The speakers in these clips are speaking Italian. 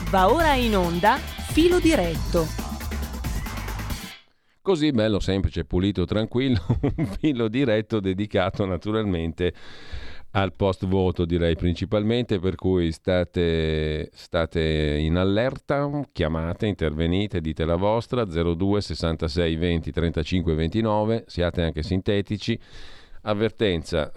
Va ora in onda Filo Diretto. Così bello, semplice, pulito, tranquillo, un filo diretto dedicato naturalmente al post voto, direi principalmente, per cui state in allerta, chiamate, intervenite, dite la vostra, 02 66 20 35 29, siate anche sintetici. Avvertenza,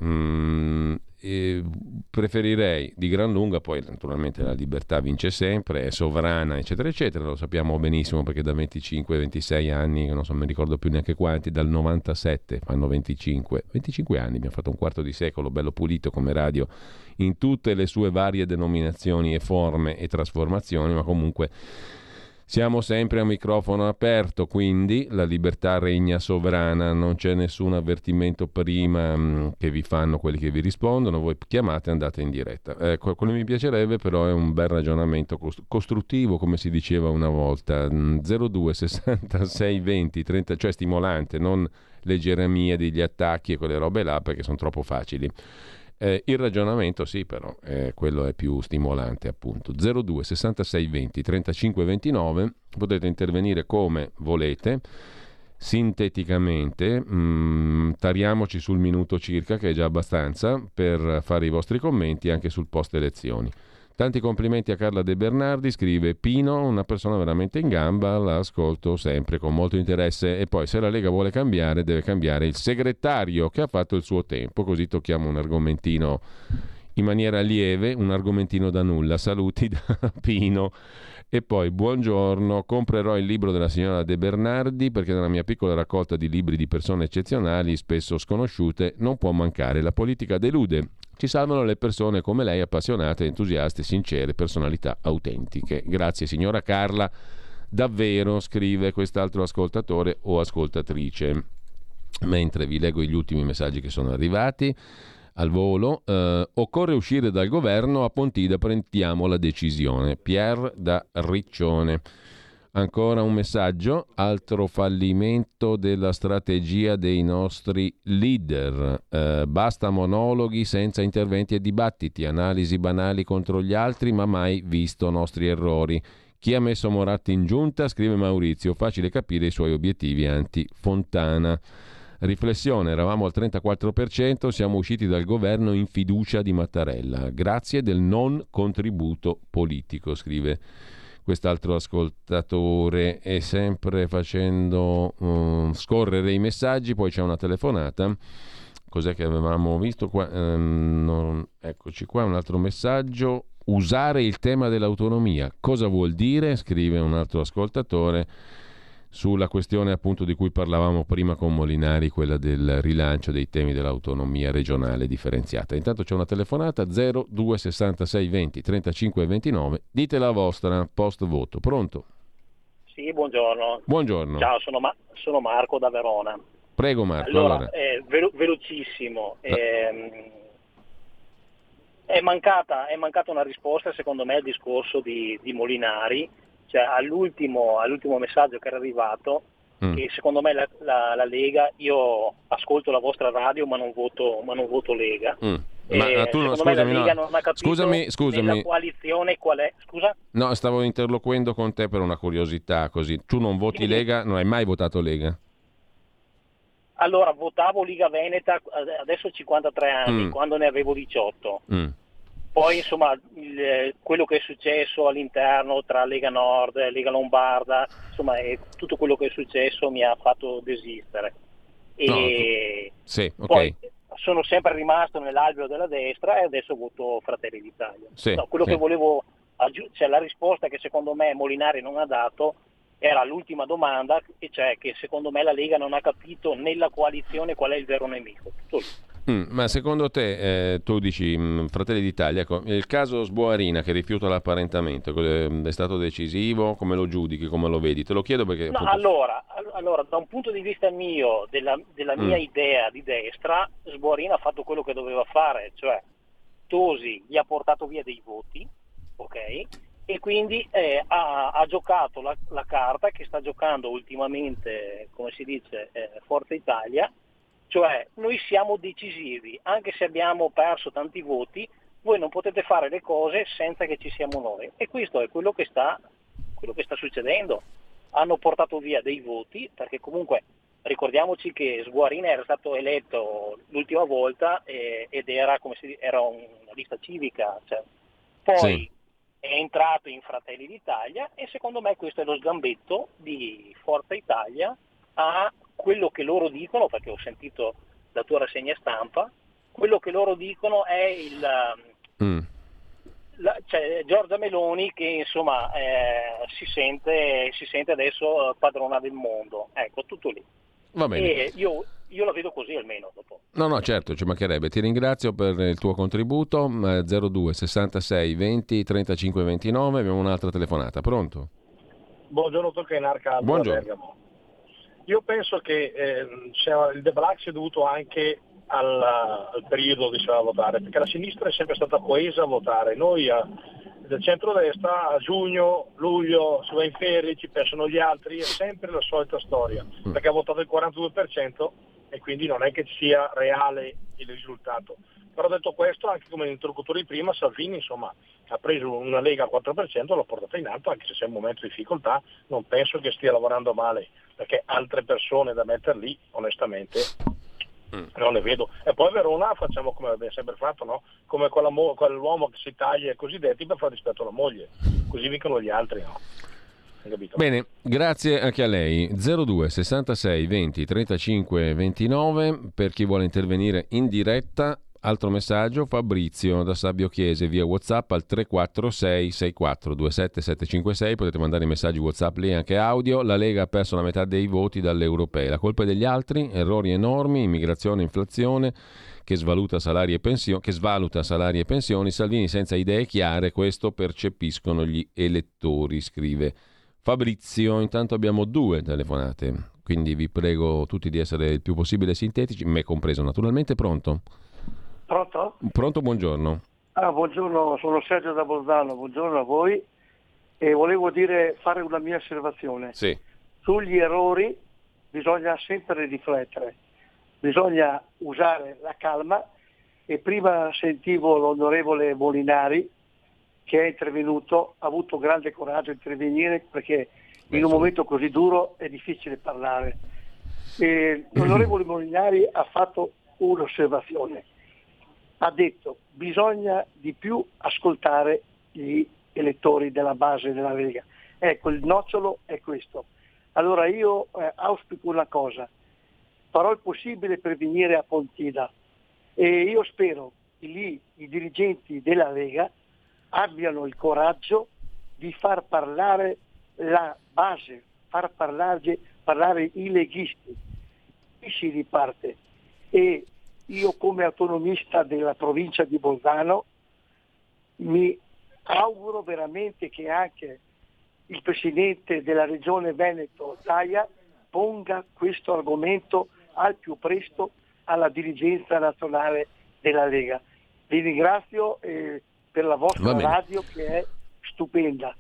preferirei di gran lunga, poi naturalmente la libertà vince sempre, è sovrana, eccetera eccetera, lo sappiamo benissimo perché da 25-26 anni, non so, mi ricordo più neanche quanti, dal 97 fanno 25 anni, abbiamo fatto un quarto di secolo bello pulito come radio in tutte le sue varie denominazioni e forme e trasformazioni, ma comunque siamo sempre a microfono aperto, quindi la libertà regna sovrana, non c'è nessun avvertimento prima che vi fanno quelli che vi rispondono, voi chiamate e andate in diretta. Quello che mi piacerebbe però è un bel ragionamento costruttivo, come si diceva una volta, 02 66 20 30, cioè stimolante, non le geremie degli attacchi e quelle robe là perché sono troppo facili. Il ragionamento sì, però quello è più stimolante, appunto. 02 66 20 35 29, potete intervenire come volete, sinteticamente, tariamoci sul minuto circa, che è già abbastanza, per fare i vostri commenti anche sul post elezioni. Tanti complimenti a Carla De Bernardi, scrive Pino, una persona veramente in gamba, la ascolto sempre con molto interesse, e poi se la Lega vuole cambiare deve cambiare il segretario che ha fatto il suo tempo, così tocchiamo un argomentino in maniera lieve, un argomentino da nulla. Saluti da Pino. E poi buongiorno, comprerò il libro della signora De Bernardi perché nella mia piccola raccolta di libri di persone eccezionali, spesso sconosciute, non può mancare. La politica delude. Ci salvano le persone come lei, appassionate, entusiaste, sincere, personalità autentiche. Grazie signora Carla, davvero, scrive quest'altro ascoltatore o ascoltatrice. Mentre vi leggo gli ultimi messaggi che sono arrivati al volo, occorre uscire dal governo, a Pontida prendiamo la decisione. Pier da Riccione. Ancora un messaggio, altro fallimento della strategia dei nostri leader, basta monologhi senza interventi e dibattiti, analisi banali contro gli altri ma mai visto nostri errori. Chi ha messo Moratti in giunta, scrive Maurizio, facile capire i suoi obiettivi anti-Fontana. Riflessione, eravamo al 34%, siamo usciti dal governo in fiducia di Mattarella, grazie del non contributo politico, scrive quest'altro ascoltatore, e sempre facendo scorrere i messaggi. Poi c'è una telefonata. Cos'è che avevamo visto qua? Eccoci qua, un altro messaggio. Usare il tema dell'autonomia, cosa vuol dire? Scrive un altro ascoltatore sulla questione appunto di cui parlavamo prima con Molinari, quella del rilancio dei temi dell'autonomia regionale differenziata. Intanto c'è una telefonata, 02 66 20 35 29, dite la vostra post voto. Pronto? Sì, buongiorno. Buongiorno. Ciao, sono Marco da Verona. Prego Marco. Allora. Velocissimo. È mancata una risposta secondo me al discorso di Molinari, cioè all'ultimo messaggio che era arrivato, che secondo me la Lega, io ascolto la vostra radio ma non voto Lega. Ma tu secondo me la Lega non ha capito scusami. nella coalizione qual è. Scusa? No, stavo interloquendo con te per una curiosità, così. Tu non voti Lega? Non hai mai votato Lega? Allora, votavo Liga Veneta, adesso ho 53 anni, quando ne avevo 18. Poi insomma quello che è successo all'interno tra Lega Nord e Lega Lombarda, insomma tutto quello che è successo mi ha fatto desistere. Sì, ok. Poi sono sempre rimasto nell'alveo della destra e adesso voto Fratelli d'Italia. Sì, quello che volevo cioè la risposta che secondo me Molinari non ha dato era l'ultima domanda, e cioè che secondo me la Lega non ha capito nella coalizione qual è il vero nemico. Tutto lì. Ma secondo te, tu dici Fratelli d'Italia, il caso Sboarina che rifiuta l'apparentamento è stato decisivo? Come lo giudichi, come lo vedi? Te lo chiedo perché... No, allora, da un punto di vista mio, della mia idea di destra, Sboarina ha fatto quello che doveva fare, cioè Tosi gli ha portato via dei voti, ok? E quindi ha giocato la carta che sta giocando ultimamente, come si dice, Forza Italia, cioè noi siamo decisivi, anche se abbiamo perso tanti voti, voi non potete fare le cose senza che ci siamo noi, e questo è quello che sta succedendo. Hanno portato via dei voti, perché comunque ricordiamoci che Sguarina era stato eletto l'ultima volta ed era, era una lista civica, cioè, poi Sì. è entrato in Fratelli d'Italia, e secondo me questo è lo sgambetto di Forza Italia a quello che loro dicono, perché ho sentito la tua rassegna stampa. Quello che loro dicono è cioè Giorgia Meloni che insomma si sente adesso padrona del mondo, ecco, tutto lì. Va bene. E io la vedo così, almeno dopo. No, certo, ci mancherebbe. Ti ringrazio per il tuo contributo. 02 66 20 35 29. Abbiamo un'altra telefonata. Pronto? Buongiorno, tocca in Arca Alta, Buongiorno. Bergamo. Io penso che il deballage sia dovuto anche al periodo dove si va a votare, perché la sinistra è sempre stata coesa a votare. Noi del centrodestra a giugno, luglio si va in ferie, ci pensano gli altri, è sempre la solita storia, perché ha votato il 42% e quindi non è che sia reale il risultato. Però detto questo, anche come interlocutore prima, Salvini insomma ha preso una Lega al 4%, l'ha portata in alto, anche se c'è un momento di difficoltà. Non penso che stia lavorando male, perché altre persone da mettere lì onestamente non ne vedo. E poi Verona facciamo come abbiamo sempre fatto, no? Come quell'uomo che si taglia i cosiddetti per fare rispetto alla moglie, così vincono gli altri, no? Hai capito? Bene, grazie anche a lei. 02 66 20 35 29 per chi vuole intervenire in diretta. Altro messaggio, Fabrizio da Sabbio Chiese via WhatsApp al 346 64 27 756. Potete mandare i messaggi WhatsApp lì, anche audio. La Lega ha perso la metà dei voti dalle europee. La colpa è degli altri, errori enormi, immigrazione, inflazione che svaluta salari e pensioni. Salvini senza idee chiare, questo percepiscono gli elettori, scrive Fabrizio. Intanto abbiamo 2 telefonate, quindi vi prego tutti di essere il più possibile sintetici, me compreso naturalmente. Pronto? Pronto? Pronto, buongiorno. Buongiorno, sono Sergio da Bolzano, buongiorno a voi, e volevo fare una mia osservazione. Sì. Sugli errori bisogna sempre riflettere, bisogna usare la calma, e prima sentivo l'onorevole Molinari che è intervenuto, ha avuto grande coraggio di intervenire, perché in un momento così duro è difficile parlare. L'onorevole Molinari ha fatto un'osservazione. Ha detto bisogna di più ascoltare gli elettori della base della Lega. Ecco, il nocciolo è questo. Allora io auspico una cosa, farò il possibile per venire a Pontida, e io spero che lì i dirigenti della Lega abbiano il coraggio di far parlare la base, far parlare i leghisti. Qui si riparte, e io come autonomista della provincia di Bolzano mi auguro veramente che anche il presidente della regione Veneto, Zaia, ponga questo argomento al più presto alla dirigenza nazionale della Lega. Vi ringrazio per la vostra radio, che è stupenda.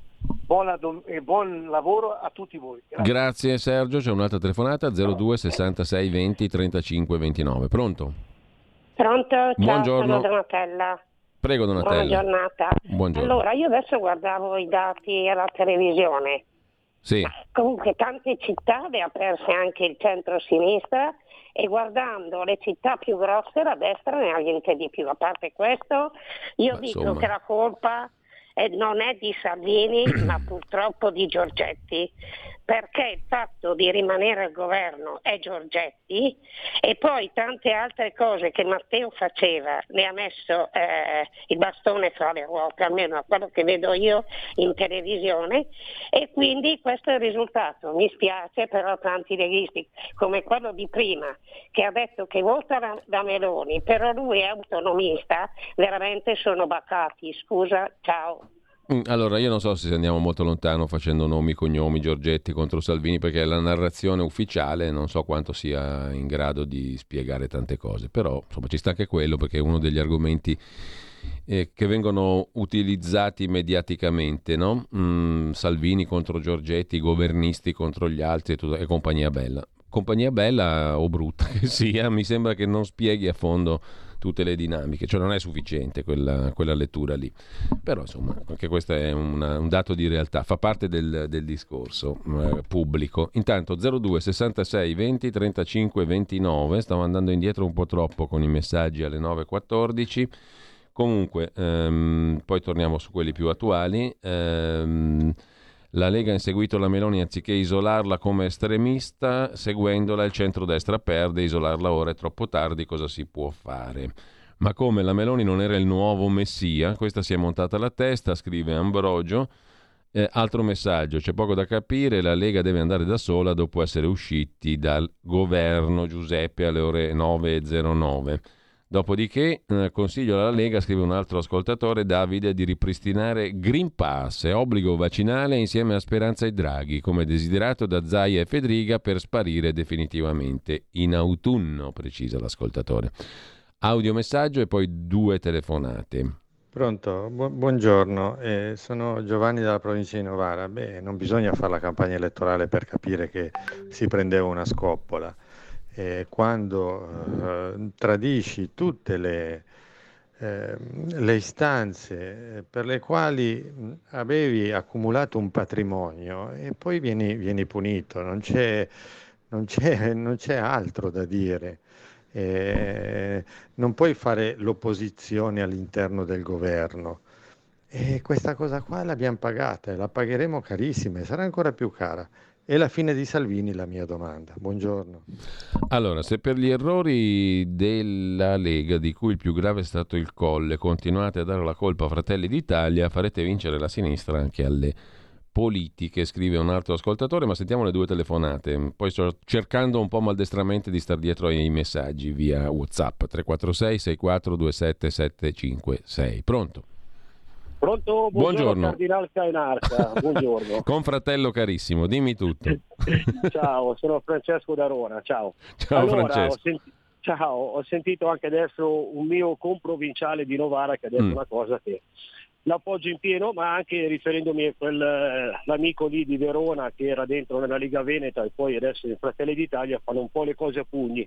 Buon lavoro a tutti voi. Grazie Sergio. C'è un'altra telefonata, 02 66 20 35 29. Pronto? Pronto? Ciao, buongiorno. sono Donatella. Prego Donatella. Buona giornata. Buongiorno. Allora, io adesso guardavo i dati alla televisione. Sì. Comunque tante città le ha perse anche il centro-sinistra, e guardando le città più grosse la destra ne ha niente di più. A parte questo, io dico che la colpa non è di Salvini ma purtroppo di Giorgetti, perché il fatto di rimanere al governo è Giorgetti, e poi tante altre cose che Matteo faceva le ha messo il bastone fra le ruote, almeno a quello che vedo io in televisione, e quindi questo è il risultato. Mi spiace, però tanti leghisti come quello di prima che ha detto che vota da Meloni, però lui è autonomista, veramente sono bacati. Scusa, ciao. Allora, io non so se andiamo molto lontano facendo nomi, cognomi, Giorgetti contro Salvini, perché la narrazione ufficiale non so quanto sia in grado di spiegare tante cose, però insomma ci sta anche quello, perché è uno degli argomenti che vengono utilizzati mediaticamente, no? Salvini contro Giorgetti, governisti contro gli altri e compagnia bella. Compagnia bella o brutta che sia, mi sembra che non spieghi a fondo tutte le dinamiche, cioè non è sufficiente quella lettura lì, però insomma anche questo è un dato di realtà, fa parte del discorso pubblico. Intanto 02 66 20 35 29, stavo andando indietro un po' troppo con i messaggi alle 9.14. Comunque, poi torniamo su quelli più attuali. La Lega ha inseguito la Meloni anziché isolarla come estremista, seguendola il centrodestra perde, isolarla ora è troppo tardi, cosa si può fare? Ma come la Meloni non era il nuovo messia, questa si è montata la testa, scrive Ambrogio. Altro messaggio, c'è poco da capire, la Lega deve andare da sola dopo essere usciti dal governo, Giuseppe alle ore 9.09. Dopodiché consiglio alla Lega, scrive un altro ascoltatore, Davide, di ripristinare Green Pass e obbligo vaccinale insieme a Speranza e Draghi, come desiderato da Zaia e Fedriga, per sparire definitivamente in autunno, precisa l'ascoltatore. Audiomessaggio e poi 2 telefonate. Pronto, buongiorno, sono Giovanni dalla provincia di Novara. Non bisogna fare la campagna elettorale per capire che si prendeva una scoppola. Quando tradisci tutte le istanze per le quali avevi accumulato un patrimonio e poi vieni punito, non c'è altro da dire. Non puoi fare l'opposizione all'interno del governo, e questa cosa qua l'abbiamo pagata e la pagheremo carissima e sarà ancora più cara. E la fine di Salvini, la mia domanda. Buongiorno. Allora, se per gli errori della Lega, di cui il più grave è stato il Colle, continuate a dare la colpa a Fratelli d'Italia, farete vincere la sinistra anche alle politiche, scrive un altro ascoltatore, ma sentiamo le 2 telefonate. Poi sto cercando un po' maldestramente di star dietro ai messaggi via WhatsApp 346 64 27 756. Pronto? Pronto? Buongiorno. Cardinal Cainarca, buongiorno. Con fratello carissimo, dimmi tutto. Ciao, sono Francesco da Rona, ciao. Ciao Francesco. Ho sentito anche adesso un mio comprovinciale di Novara che ha detto una cosa che l'appoggio in pieno, ma anche riferendomi a l'amico lì di Verona che era dentro nella Lega Veneta e poi adesso in Fratelli d'Italia fanno un po' le cose a pugni.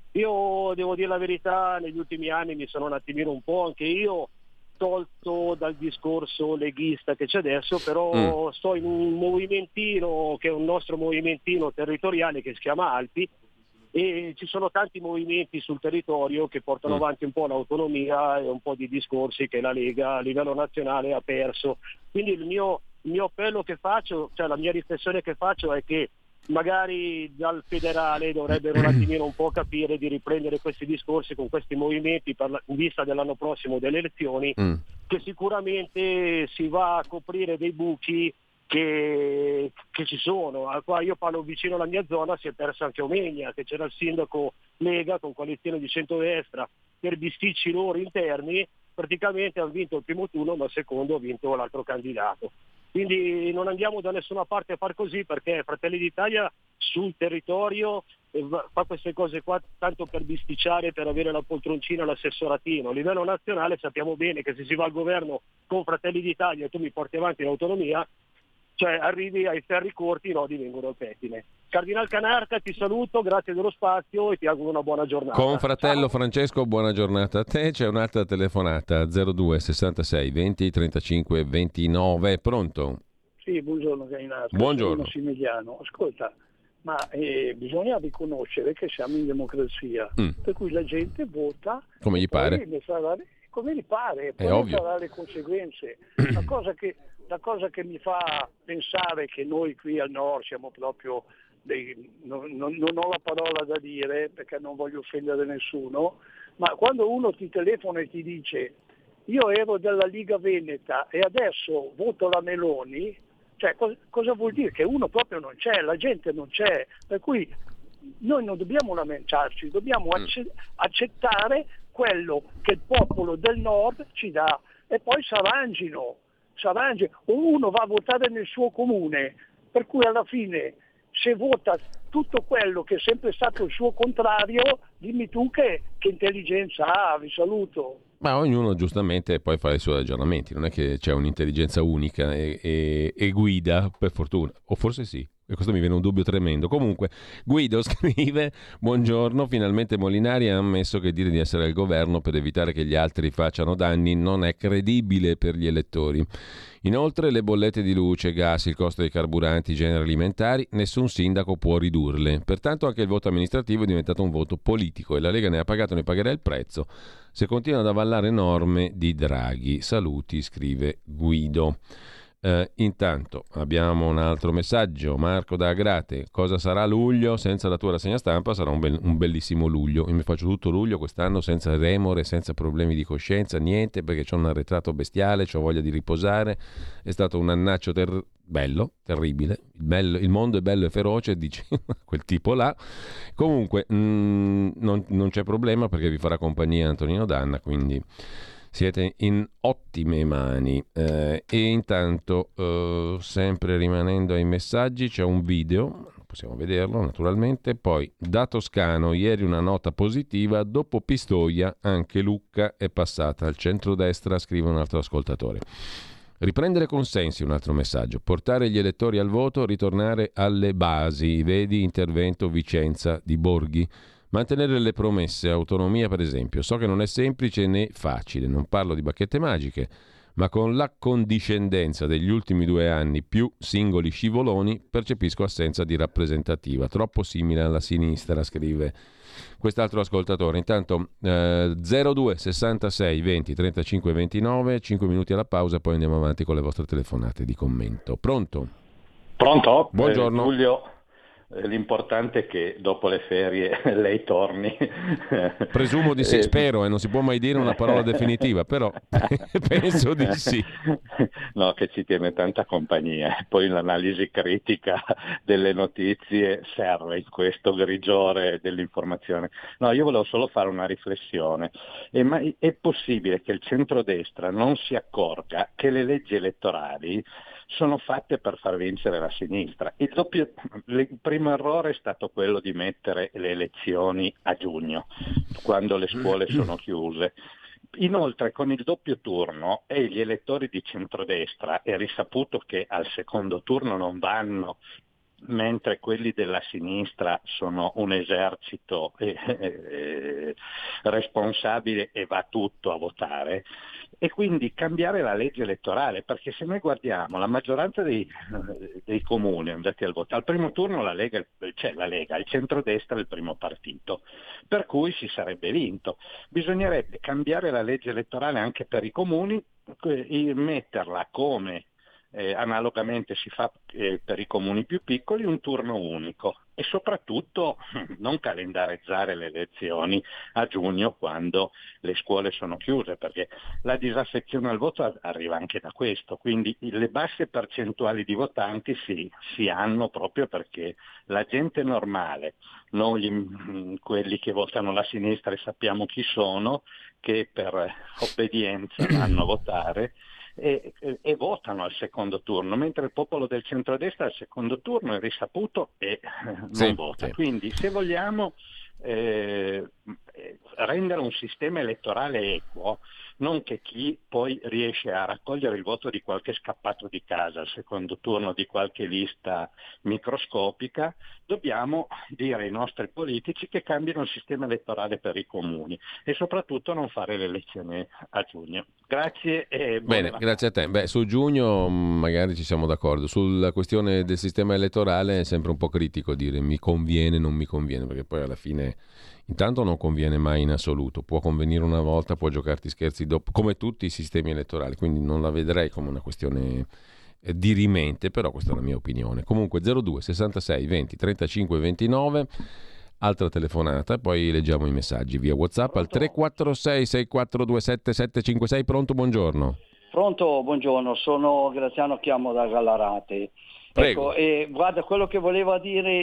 Io devo dire la verità, negli ultimi anni mi sono un attimino un po' anche io tolto dal discorso leghista che c'è adesso, però sto in un movimentino che è un nostro movimentino territoriale che si chiama Alpi, e ci sono tanti movimenti sul territorio che portano avanti un po' l'autonomia e un po' di discorsi che la Lega a livello nazionale ha perso. Quindi il mio appello che faccio, cioè la mia riflessione che faccio è che magari dal federale dovrebbero un attimino un po' capire di riprendere questi discorsi con questi movimenti in vista dell'anno prossimo delle elezioni, che sicuramente si va a coprire dei buchi che ci sono. Qua io parlo vicino alla mia zona, si è persa anche Omegna, che c'era il sindaco Lega con coalizione di centrodestra, per bisticci loro interni praticamente hanno vinto il primo turno, ma il secondo ha vinto l'altro candidato. Quindi non andiamo da nessuna parte a far così, perché Fratelli d'Italia sul territorio fa queste cose qua tanto per bisticciare, per avere la poltroncina, l'assessoratino. A livello nazionale sappiamo bene che se si va al governo con Fratelli d'Italia e tu mi porti avanti l'autonomia, cioè arrivi ai ferri corti, i nodi vengono al pettine. Cardinal Cainarca, ti saluto, grazie dello spazio e ti auguro una buona giornata. Con fratello Ciao. Francesco, buona giornata a te. C'è un'altra telefonata 02 66 20 35 29. Pronto? Sì, buongiorno Cainarca. Buongiorno. Sono Massimiliano. Ascolta, ma bisogna riconoscere che siamo in democrazia, per cui la gente vota come gli pare. Come gli pare, È poi ovvio. sarà le conseguenze. La cosa che mi fa pensare che noi qui al nord siamo proprio non ho la parola da dire perché non voglio offendere nessuno, ma quando uno ti telefona e ti dice io ero della Lega Veneta e adesso voto la Meloni, cioè cosa vuol dire? Che uno proprio non c'è, la gente non c'è, per cui noi non dobbiamo lamentarci, dobbiamo accettare quello che il popolo del nord ci dà e poi s'arrangino. Uno va a votare nel suo comune, per cui alla fine se vota tutto quello che è sempre stato il suo contrario, dimmi tu che intelligenza ha, vi saluto. Ma ognuno giustamente poi fa i suoi ragionamenti, non è che c'è un'intelligenza unica e guida, per fortuna, o forse sì, E questo mi viene un dubbio tremendo. Comunque, Guido scrive: buongiorno, finalmente Molinari ha ammesso che dire di essere al governo per evitare che gli altri facciano danni non è credibile per gli elettori. Inoltre le bollette di luce, gas, il costo dei carburanti, generi alimentari, nessun sindaco può ridurle. Pertanto anche il voto amministrativo è diventato un voto politico e la Lega ne ha pagato e ne pagherà il prezzo se continua ad avallare norme di Draghi. Saluti, scrive Guido. Intanto abbiamo un altro messaggio. Marco da Agrate: cosa sarà luglio senza la tua rassegna stampa? Sarà un bellissimo luglio. Io mi faccio tutto luglio quest'anno senza remore, senza problemi di coscienza, niente, perché c'ho un arretrato bestiale, c'ho voglia di riposare. È stato un annaccio bello, terribile. Il mondo è bello e feroce, dice quel tipo là. Comunque non c'è problema, perché vi farà compagnia Antonino Danna, quindi siete in ottime mani. E intanto, sempre rimanendo ai messaggi, c'è un video, possiamo vederlo naturalmente. Poi da Toscano, ieri una nota positiva, dopo Pistoia anche Lucca è passata al centrodestra, scrive un altro ascoltatore. Riprendere consensi, un altro messaggio, portare gli elettori al voto, ritornare alle basi, vedi intervento Vicenza di Borghi. Mantenere le promesse, autonomia per esempio. So che non è semplice né facile, non parlo di bacchette magiche, ma con l'accondiscendenza degli ultimi 2 anni più singoli scivoloni percepisco assenza di rappresentativa, troppo simile alla sinistra, scrive quest'altro ascoltatore. Intanto 02 66 20 35 29, 5 minuti alla pausa, poi andiamo avanti con le vostre telefonate di commento. Pronto? Pronto? Buongiorno. Giulio. L'importante è che dopo le ferie lei torni. Presumo di sì, spero, non si può mai dire una parola definitiva, però penso di sì. No, che ci tiene tanta compagnia. Poi l'analisi critica delle notizie serve in questo grigiore dell'informazione. No, io volevo solo fare una riflessione. È possibile che il centrodestra non si accorga che le leggi elettorali sono fatte per far vincere la sinistra? Il primo errore è stato quello di mettere le elezioni a giugno, quando le scuole sono chiuse. Inoltre con il doppio turno e gli elettori di centrodestra è risaputo che al secondo turno non vanno, mentre quelli della sinistra sono un esercito responsabile e va tutto a votare. E quindi cambiare la legge elettorale, perché se noi guardiamo la maggioranza dei comuni andati al voto, al primo turno la Lega, il centrodestra è il primo partito, per cui si sarebbe vinto. Bisognerebbe cambiare la legge elettorale anche per i comuni, metterla come analogamente si fa per i comuni più piccoli, un turno unico, e soprattutto non calendarizzare le elezioni a giugno quando le scuole sono chiuse, perché la disaffezione al voto arriva anche da questo. Quindi le basse percentuali di votanti si hanno proprio perché la gente normale, non quelli che votano la sinistra e sappiamo chi sono, che per obbedienza vanno a votare e votano al secondo turno, mentre il popolo del centrodestra al secondo turno è risaputo e non vota. Sì. Quindi se vogliamo rendere un sistema elettorale equo, non che chi poi riesce a raccogliere il voto di qualche scappato di casa al secondo turno, di qualche lista microscopica, dobbiamo dire ai nostri politici che cambino il sistema elettorale per i comuni e soprattutto non fare le elezioni a giugno. Grazie e bene, grazie a te. Su giugno magari ci siamo d'accordo. Sulla questione del sistema elettorale è sempre un po' critico dire mi conviene, non mi conviene, perché poi alla fine intanto non conviene mai in assoluto, può convenire una volta, può giocarti scherzi dopo, come tutti i sistemi elettorali, quindi non la vedrei come una questione dirimente, però questa è la mia opinione. Comunque 02 66 20 35 29, altra telefonata, poi leggiamo i messaggi via WhatsApp al 346 6427 756. Pronto, buongiorno. Pronto, buongiorno, sono Graziano, chiamo da Gallarate. Prego. Ecco, guarda, quello che voleva dire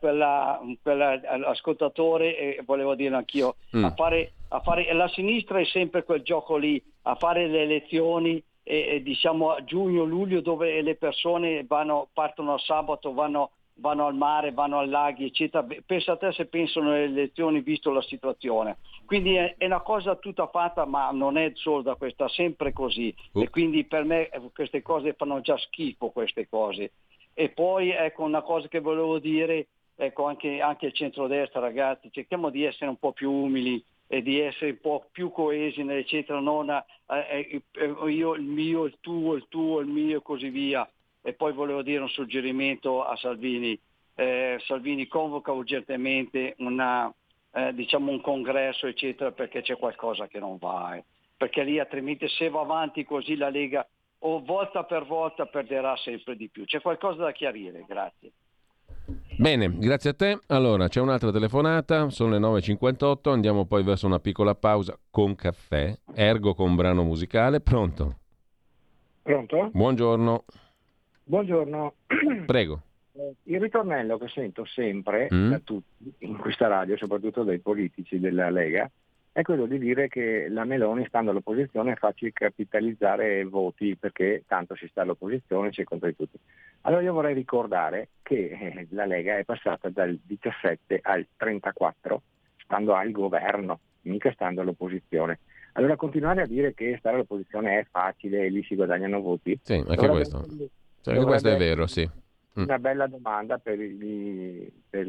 l'ascoltatore, volevo dire anch'io, a fare la sinistra è sempre quel gioco lì, a fare le elezioni diciamo a giugno, luglio, dove le persone partono al sabato, vanno al mare, vanno ai laghi, eccetera. Pensa a te se pensano alle elezioni visto la situazione. Quindi è una cosa tutta fatta, ma non è solo da questa, sempre così. E quindi per me queste cose fanno già schifo, queste cose. E poi ecco una cosa che volevo dire, ecco anche il centrodestra, ragazzi, cerchiamo di essere un po' più umili e di essere un po' più coesi, eccetera, non io, il mio, il tuo, il mio e così via. E poi volevo dire un suggerimento a Salvini. Salvini convoca urgentemente diciamo un congresso, eccetera, perché c'è qualcosa che non va. Perché lì altrimenti se va avanti così la Lega o volta per volta perderà sempre di più. C'è qualcosa da chiarire, grazie. Bene, grazie a te. Allora, c'è un'altra telefonata, sono le 9.58, andiamo poi verso una piccola pausa con caffè, ergo con brano musicale. Pronto? Pronto? Buongiorno. Buongiorno. Prego. Il ritornello che sento sempre da tutti in questa radio, soprattutto dai politici della Lega, è quello di dire che la Meloni, stando all'opposizione, è facile capitalizzare voti perché tanto si sta all'opposizione, c'è contro di tutti. Allora io vorrei ricordare che la Lega è passata dal 17 al 34 stando al governo, mica stando all'opposizione. Allora continuare a dire che stare all'opposizione è facile e lì si guadagnano voti. Sì, anche questo. Anche questo è vero, sì. Una bella domanda per i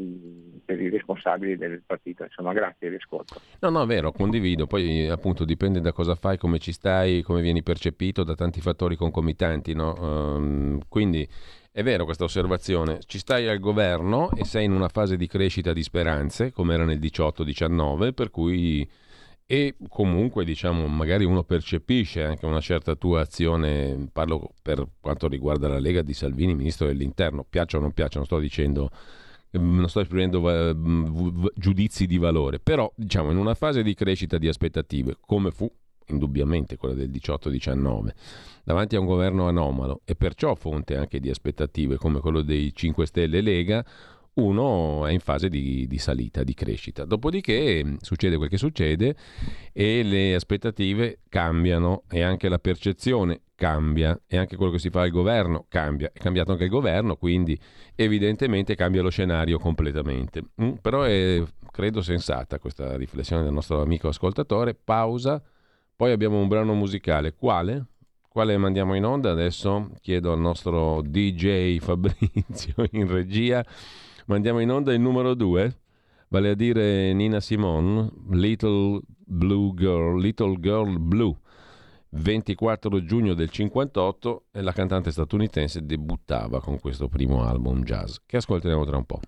responsabili del partito, insomma, grazie, riscolto. No, è vero, condivido, poi appunto dipende da cosa fai, come ci stai, come vieni percepito, da tanti fattori concomitanti, no? Quindi è vero questa osservazione, ci stai al governo e sei in una fase di crescita di speranze, come era nel 18-19, per cui... E comunque, diciamo, magari uno percepisce anche una certa tua azione, parlo per quanto riguarda la Lega di Salvini, ministro dell'Interno, piaccia o non piaccia, non sto dicendo, non sto esprimendo giudizi di valore, però diciamo in una fase di crescita di aspettative, come fu indubbiamente quella del 18-19, davanti a un governo anomalo e perciò fonte anche di aspettative come quello dei 5 Stelle Lega, uno è in fase di salita, di crescita. Dopodiché succede quel che succede e le aspettative cambiano e anche la percezione cambia e anche quello che si fa al governo cambia. È cambiato anche il governo, quindi evidentemente cambia lo scenario completamente. Però è, credo, sensata questa riflessione del nostro amico ascoltatore. Pausa, poi abbiamo un brano musicale. Quale? Quale mandiamo in onda? Adesso chiedo al nostro DJ Fabrizio in regia. Mandiamo in onda il numero 2, vale a dire Nina Simone, Little Girl Blue, 24 giugno del 58, e la cantante statunitense debuttava con questo primo album jazz, che ascolteremo tra un po'.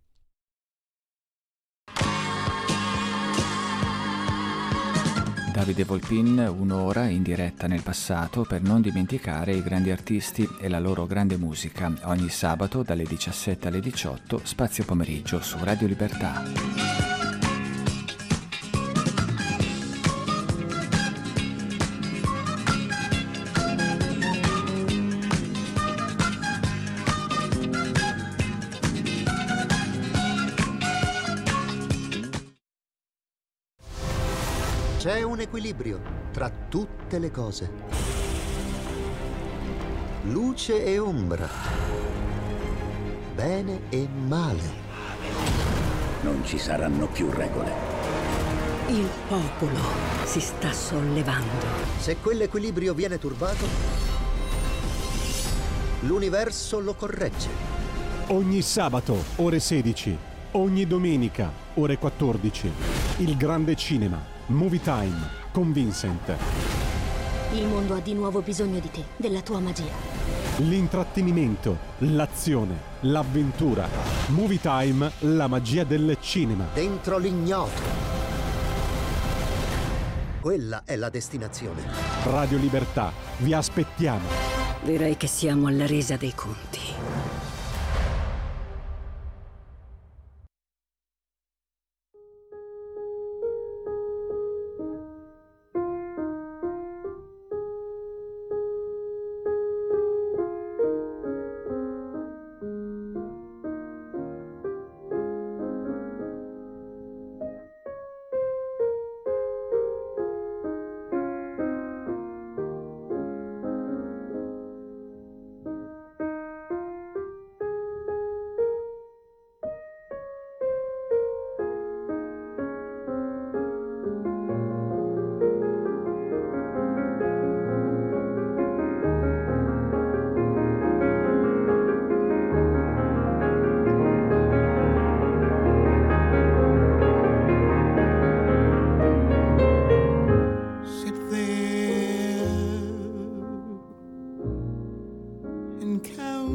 Davide Volpin, un'ora in diretta nel passato per non dimenticare i grandi artisti e la loro grande musica, ogni sabato dalle 17 alle 18, spazio pomeriggio su Radio Libertà. C'è un equilibrio tra tutte le cose. Luce e ombra. Bene e male. Non ci saranno più regole. Il popolo si sta sollevando. Se quell'equilibrio viene turbato, l'universo lo corregge. Ogni sabato, ore 16. Ogni domenica, ore 14. Il grande cinema. Movie Time con Vincent. Il mondo ha di nuovo bisogno di te, della tua magia. L'intrattenimento, l'azione, l'avventura. Movie Time, la magia del cinema. Dentro l'ignoto. Quella è la destinazione. Radio Libertà, vi aspettiamo. Direi che siamo alla resa dei conti.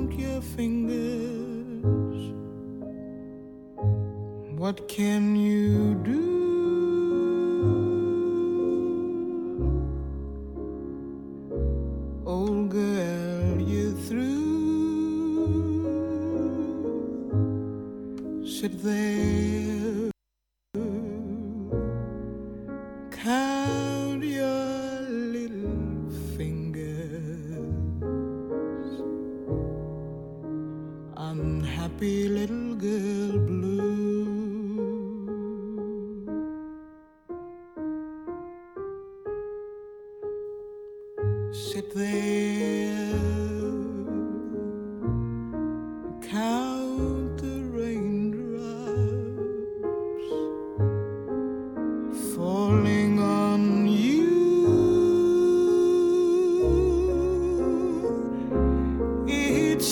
count your fingers. What can you do? Old girl, you're through. Sit there, count your little fingers. Unhappy little girl blue. Sit there, count the raindrops falling on you. Each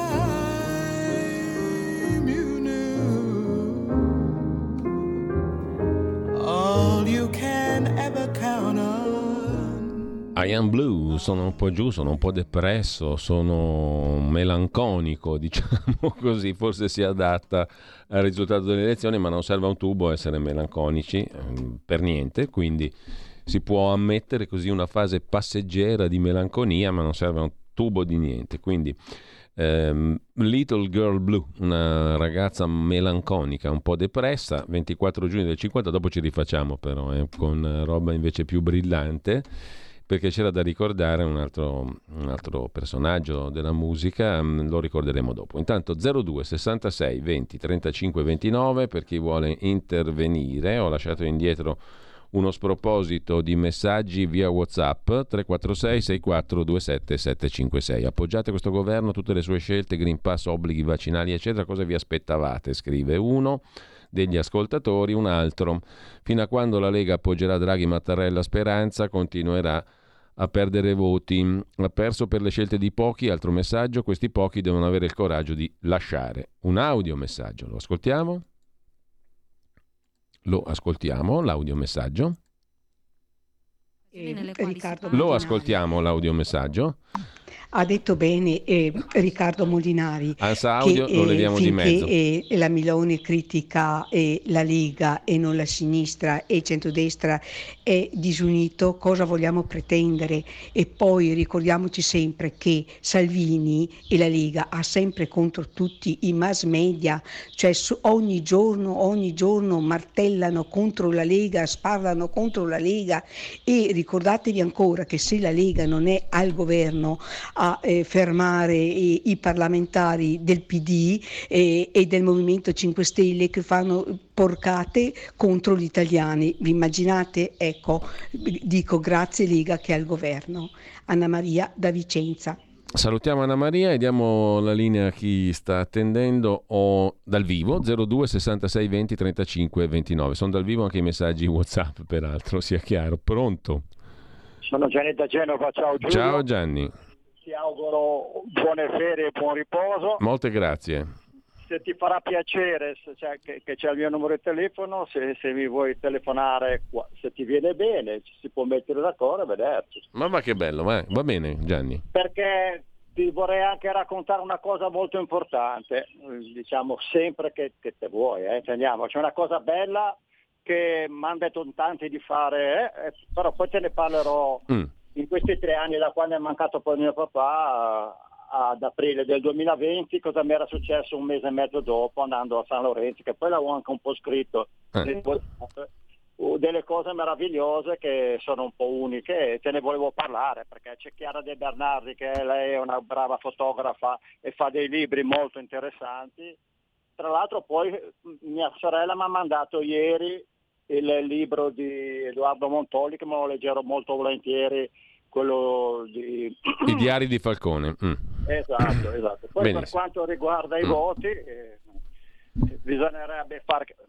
time you knew all you can ever count on. I am blue, sono un po' giù, sono un po' depresso, sono melanconico, diciamo così, forse si adatta al risultato delle elezioni, ma non serve a un tubo essere melanconici, per niente, quindi si può ammettere così una fase passeggera di melanconia, ma non serve a un tubo di niente, quindi Little Girl Blue, una ragazza melanconica, un po' depressa, 24 giugno del 50, dopo ci rifacciamo però, con roba invece più brillante, perché c'era da ricordare un altro personaggio della musica, lo ricorderemo dopo. Intanto 02 66 20 35 29 per chi vuole intervenire. Ho lasciato indietro uno sproposito di messaggi via WhatsApp 346 64 27 756. Appoggiate questo governo, tutte le sue scelte, Green Pass, obblighi vaccinali eccetera, cosa vi aspettavate? Scrive uno degli ascoltatori. Un altro: fino a quando la Lega appoggerà Draghi, Mattarella, Speranza, continuerà a perdere voti. Ha perso per le scelte di pochi. Altro messaggio: questi pochi devono avere il coraggio di lasciare. Un audiomessaggio, lo ascoltiamo? L'audiomessaggio? Lo ascoltiamo, l'audiomessaggio? Ha detto bene Riccardo Molinari Ansa audio lo leviamo di mezzo. La Meloni critica la Lega e non la sinistra e il centrodestra è disunito, cosa vogliamo pretendere? E poi ricordiamoci sempre che Salvini e la Lega ha sempre contro tutti i mass media, cioè ogni giorno martellano contro la Lega, sparano contro la Lega, e ricordatevi ancora che se la Lega non è al governo a fermare i parlamentari del PD e del Movimento 5 Stelle che fanno porcate contro gli italiani. Vi immaginate? Ecco, dico grazie Lega che è al governo. Anna Maria da Vicenza. Salutiamo Anna Maria e diamo la linea a chi sta attendendo dal vivo 02 66 20 35 29. Sono dal vivo anche i messaggi WhatsApp, peraltro, sia chiaro. Pronto? Sono Gianni da Genova, ciao Giulio. Ciao Gianni. Ti auguro buone ferie e buon riposo. Molte grazie. Se ti farà piacere, che c'è il mio numero di telefono, se mi vuoi telefonare, se ti viene bene, ci si può mettere d'accordo e vederci. Ma che bello, va bene Gianni. Perché ti vorrei anche raccontare una cosa molto importante, diciamo sempre che te vuoi, intendiamoci, una cosa bella che mi hanno detto tanti di fare, però poi te ne parlerò. In questi 3 anni da quando è mancato poi mio papà, ad aprile del 2020, cosa mi era successo un mese e mezzo dopo andando a San Lorenzo, che poi l'avevo anche un po' scritto, delle cose meravigliose che sono un po' uniche, e te ne volevo parlare perché c'è Chiara De Bernardi, che lei è una brava fotografa e fa dei libri molto interessanti. Tra l'altro poi mia sorella mi ha mandato ieri il libro di Edoardo Montoli, che me lo leggerò molto volentieri, quello di I diari di Falcone. Esatto. Poi benissimo. Per quanto riguarda i voti, bisognerebbe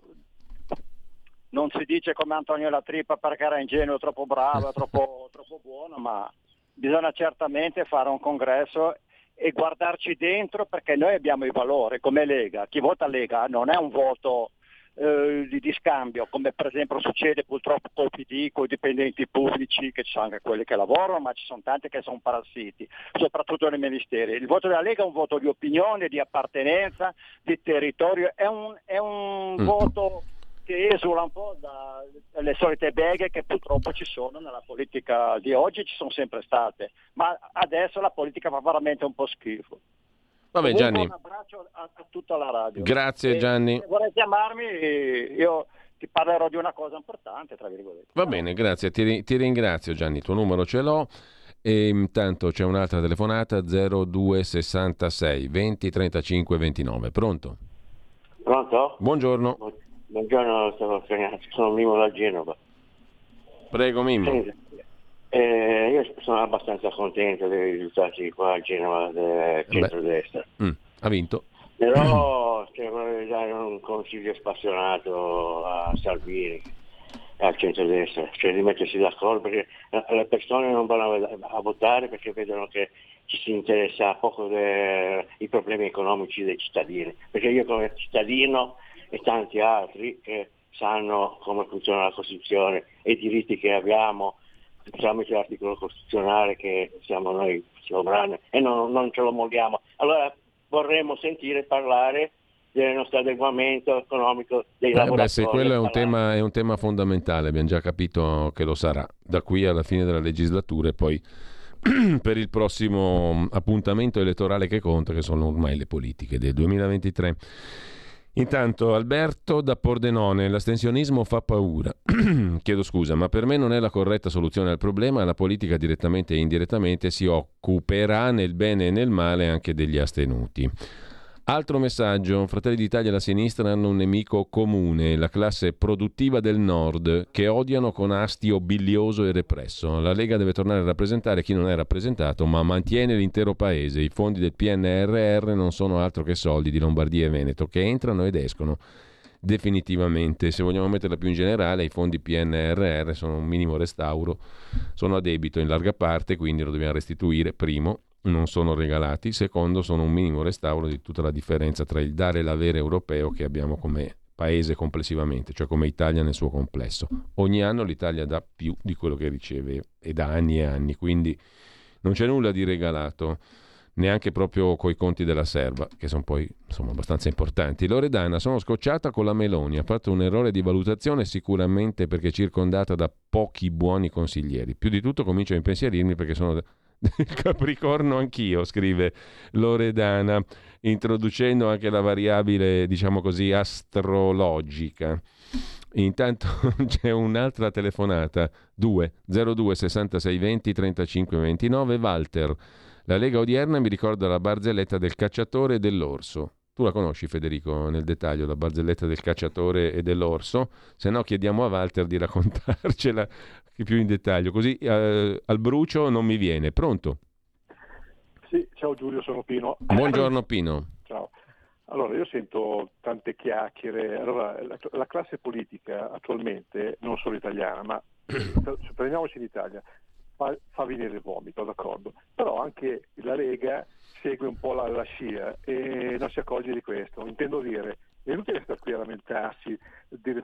non si dice come Antonio La Trippa perché era ingenuo, troppo bravo, troppo buono, ma bisogna certamente fare un congresso e guardarci dentro, perché noi abbiamo i valori come Lega. Chi vota Lega non è un voto di scambio, come per esempio succede purtroppo col PD, con i dipendenti pubblici, che ci sono anche quelli che lavorano, ma ci sono tanti che sono parassiti, soprattutto nei ministeri. Il voto della Lega è un voto di opinione, di appartenenza, di territorio, è un voto che esula un po' dalle solite beghe che purtroppo ci sono nella politica di oggi, ci sono sempre state, ma adesso la politica fa veramente un po' schifo. Vabbè, Comunque, Gianni. un abbraccio a tutta la radio. Grazie, Gianni. Se vorrei chiamarmi, io ti parlerò di una cosa importante, tra virgolette. Va bene, grazie. Ti ringrazio, Gianni. Il tuo numero ce l'ho. E intanto c'è un'altra telefonata, 0266 20 35 29. Pronto? Pronto? Buongiorno. Buongiorno, sono Mimmo da Genova. Prego, Mimmo. Io sono abbastanza contento dei risultati qua a Genova del centrodestra. Ha vinto. Però vorrei dare un consiglio spassionato a Salvini e al centrodestra, cioè di mettersi d'accordo, perché le persone non vanno a votare perché vedono che ci si interessa poco dei problemi economici dei cittadini, perché io come cittadino e tanti altri che sanno come funziona la Costituzione e i diritti che abbiamo tramite l'articolo costituzionale che siamo noi sovrani e non ce lo molliamo. Allora vorremmo sentire parlare del nostro adeguamento economico dei lavoratori. Se quello è un tema fondamentale, abbiamo già capito che lo sarà da qui alla fine della legislatura e poi per il prossimo appuntamento elettorale che conta, che sono ormai le politiche del 2023. Intanto Alberto da Pordenone, l'astensionismo fa paura. Chiedo scusa, ma per me non è la corretta soluzione al problema, la politica direttamente e indirettamente si occuperà nel bene e nel male anche degli astenuti. Altro messaggio, Fratelli d'Italia e la sinistra hanno un nemico comune, la classe produttiva del nord, che odiano con astio bilioso e represso. La Lega deve tornare a rappresentare chi non è rappresentato, ma mantiene l'intero paese. I fondi del PNRR non sono altro che soldi di Lombardia e Veneto, che entrano ed escono definitivamente. Se vogliamo metterla più in generale, i fondi PNRR sono un minimo restauro, sono a debito in larga parte, quindi lo dobbiamo restituire, primo. Non sono regalati, secondo sono un minimo restauro di tutta la differenza tra il dare e l'avere europeo che abbiamo come paese complessivamente, cioè come Italia nel suo complesso. Ogni anno l'Italia dà più di quello che riceve e da anni e anni, quindi non c'è nulla di regalato, neanche proprio coi conti della serva, che sono poi abbastanza importanti. Loredana, sono scocciata con la Meloni, ha fatto un errore di valutazione sicuramente perché è circondata da pochi buoni consiglieri. Più di tutto comincio a impensierirmi perché sono Capricorno anch'io, scrive Loredana, introducendo anche la variabile, diciamo così, astrologica. Intanto c'è un'altra telefonata, 02 66 20 35 29. Walter, la Lega odierna mi ricorda la barzelletta del cacciatore e dell'orso. Tu la conosci, Federico, nel dettaglio, la barzelletta del cacciatore e dell'orso? Se no chiediamo a Walter di raccontarcela più in dettaglio, così al brucio non mi viene. Pronto? Sì, ciao Giulio, sono Pino. Buongiorno Pino. Ciao. Allora, io sento tante chiacchiere. Allora, la classe politica attualmente, non solo italiana, ma prendiamoci in Italia, fa venire il vomito, d'accordo? Però anche la Lega segue un po' la scia e non si accorge di questo. Intendo dire, è inutile stare qui a lamentarsi, dire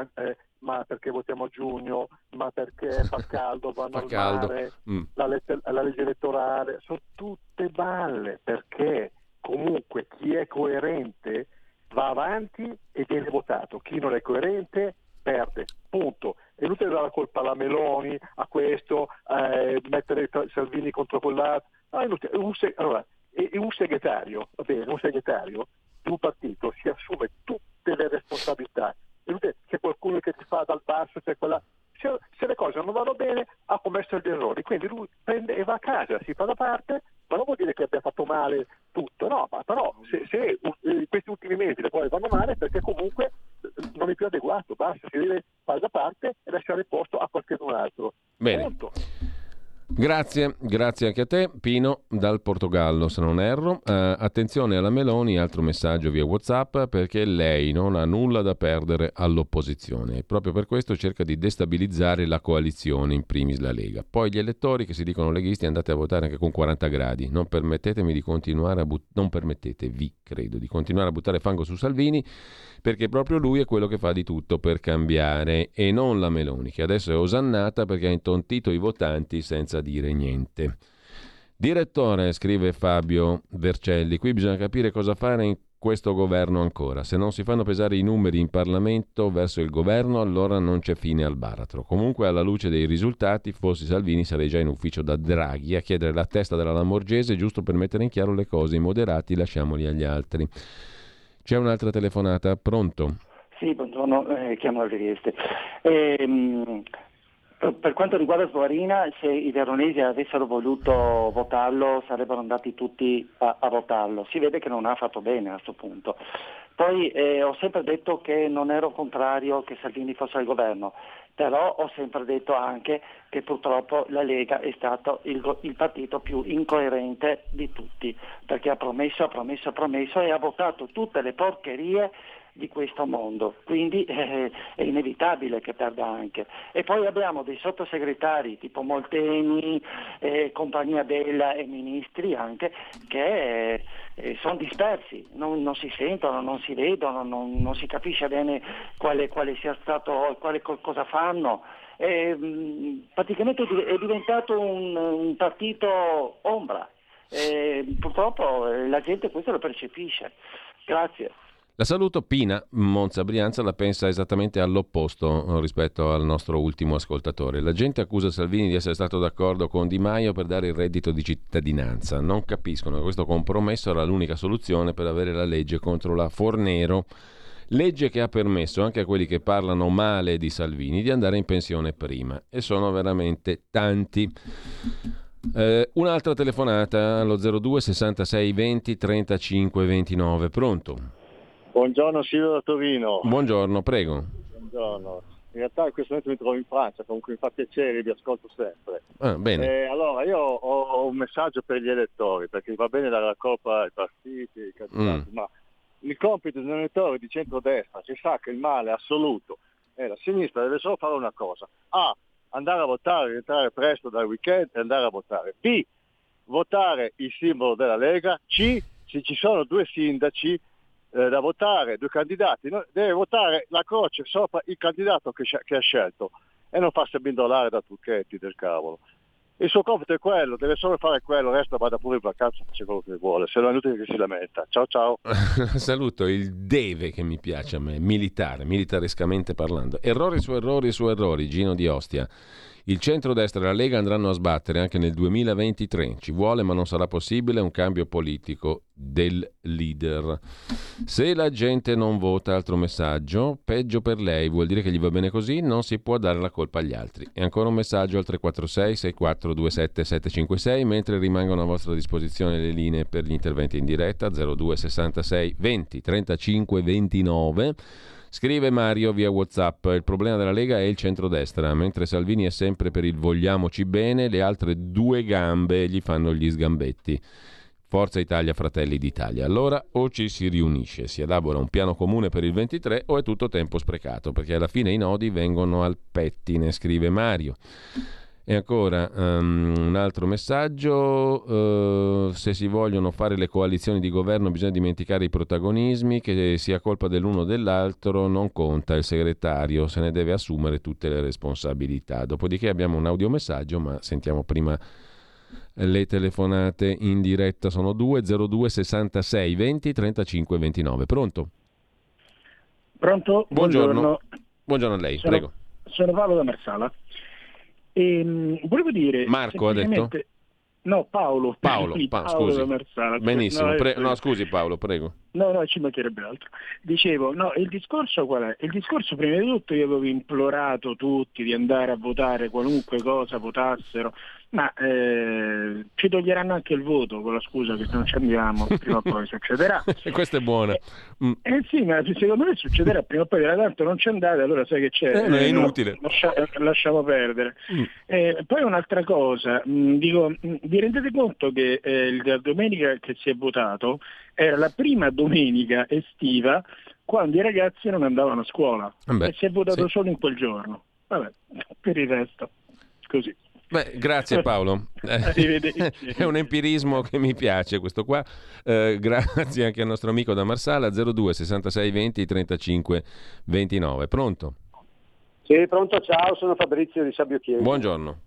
ma perché votiamo a giugno, ma perché fa caldo, vanno al mare, la legge elettorale, sono tutte balle, perché comunque chi è coerente va avanti e viene votato, chi non è coerente perde, punto. È inutile dare la colpa alla Meloni, a questo, mettere Salvini contro quell'altro. Allora, un segretario, va bene, un segretario di un partito si assume tutte le responsabilità. C'è qualcuno che ti fa dal basso, c'è quella. Se le cose non vanno bene, ha commesso degli errori, quindi lui prende e va a casa, si fa da parte, ma non vuol dire che abbia fatto male tutto, no, ma però se questi ultimi mesi le cose vanno male perché comunque non è più adeguato, basta, si deve fare da parte e lasciare il posto a qualcun altro. Bene. Punto. Grazie anche a te, Pino, dal Portogallo, se non erro. Attenzione alla Meloni, altro messaggio via WhatsApp, perché lei non ha nulla da perdere all'opposizione e proprio per questo cerca di destabilizzare la coalizione, in primis la Lega. Poi gli elettori che si dicono leghisti andate a votare anche con 40 gradi. Non permettetevi, credo, di continuare a buttare fango su Salvini, perché proprio lui è quello che fa di tutto per cambiare e non la Meloni, che adesso è osannata perché ha intontito i votanti senza dire niente. Direttore, scrive Fabio Vercelli, qui bisogna capire cosa fare in questo governo ancora. Se non si fanno pesare i numeri in Parlamento verso il governo, allora non c'è fine al baratro. Comunque, alla luce dei risultati, fossi Salvini sarei già in ufficio da Draghi a chiedere la testa della Lamorgese, giusto per mettere in chiaro le cose. I moderati lasciamoli agli altri. C'è un'altra telefonata, pronto? Sì, buongiorno, chiamo da Trieste. Per quanto riguarda Sborina, se i veronesi avessero voluto votarlo sarebbero andati tutti a votarlo. Si vede che non ha fatto bene a questo punto. Poi ho sempre detto che non ero contrario che Salvini fosse al governo, però ho sempre detto anche che purtroppo la Lega è stato il partito più incoerente di tutti, perché ha promesso e ha votato tutte le porcherie di questo mondo, quindi è inevitabile che perda anche. E poi abbiamo dei sottosegretari tipo Molteni, compagnia Bella e ministri anche che sono dispersi, non si sentono, non si vedono, non si capisce bene quale sia stato, cosa fanno. Praticamente è diventato un partito ombra. Purtroppo la gente questo lo percepisce. Grazie. La saluto. Pina, Monza Brianza, la pensa esattamente all'opposto rispetto al nostro ultimo ascoltatore. La gente accusa Salvini di essere stato d'accordo con Di Maio per dare il reddito di cittadinanza. Non capiscono che questo compromesso era l'unica soluzione per avere la legge contro la Fornero. Legge che ha permesso anche a quelli che parlano male di Salvini di andare in pensione prima. E sono veramente tanti. Un'altra telefonata allo 02 66 20 35 29. Pronto? Buongiorno, Silvio da Torino. Buongiorno, prego. Buongiorno. In realtà in questo momento mi trovo in Francia, comunque mi fa piacere, vi ascolto sempre. Bene. Allora, io ho un messaggio per gli elettori, perché va bene dare la colpa ai partiti, ai candidati, ma il compito di un elettore di centrodestra, si sa che il male assoluto è la sinistra, deve solo fare una cosa: A, andare a votare, rientrare presto dal weekend e andare a votare; B, votare il simbolo della Lega; C, se ci sono due sindaci da votare, due candidati, deve votare la croce sopra il candidato che ha scelto e non farsi abbindolare da trucchetti del cavolo. Il suo compito è quello, deve solo fare quello, il resto vada pure in vacanza, faccia quello che vuole, se no è inutile che si lamenta. Ciao ciao. Saluto il deve che mi piace a me, militarescamente parlando. Errori su errori, Gino di Ostia. Il centrodestra e la Lega andranno a sbattere anche nel 2023. Ci vuole, ma non sarà possibile, un cambio politico del leader. Se la gente non vota, altro messaggio, peggio per lei, vuol dire che gli va bene così, non si può dare la colpa agli altri. E ancora un messaggio al 346 6427 756, mentre rimangono a vostra disposizione le linee per gli interventi in diretta 02 66 20 35 29. Scrive Mario via WhatsApp: il problema della Lega è il centrodestra, mentre Salvini è sempre per il vogliamoci bene, le altre due gambe gli fanno gli sgambetti. Forza Italia, Fratelli d'Italia. Allora o ci si riunisce, si elabora un piano comune per il 23 o è tutto tempo sprecato, perché alla fine i nodi vengono al pettine, scrive Mario. E ancora un altro messaggio: se si vogliono fare le coalizioni di governo bisogna dimenticare i protagonismi, che sia colpa dell'uno o dell'altro non conta, il segretario se ne deve assumere tutte le responsabilità. Dopodiché abbiamo un audiomessaggio, ma sentiamo prima le telefonate in diretta. Sono 202 66 20 35 29. Pronto? Pronto? Buongiorno a lei, prego. Sono Paolo da Marsala. Volevo dire Marco ha detto? No, Paolo scusi. da Marsala. Benissimo, scusi Paolo, prego. No, ci mancherebbe altro. Dicevo, il discorso qual è? Il discorso, prima di tutto, io avevo implorato tutti di andare a votare qualunque cosa votassero, Ma ci toglieranno anche il voto con la scusa che non ci andiamo, prima o poi succederà. Questa è buona. Sì, ma secondo me succederà prima o poi, tanto non ci andate, allora sai che c'è. Non è inutile. Lasciamo perdere. Poi un'altra cosa, dico, vi rendete conto che la domenica che si è votato era la prima domenica estiva quando i ragazzi non andavano a scuola e si è votato solo in quel giorno. Vabbè, per il resto, così. Beh, grazie Paolo, è un empirismo che mi piace questo qua. Grazie anche al nostro amico da Marsala. 02 66 20 35 29. Pronto? Sì, pronto, ciao, sono Fabrizio di Sabio Chiesa. Buongiorno.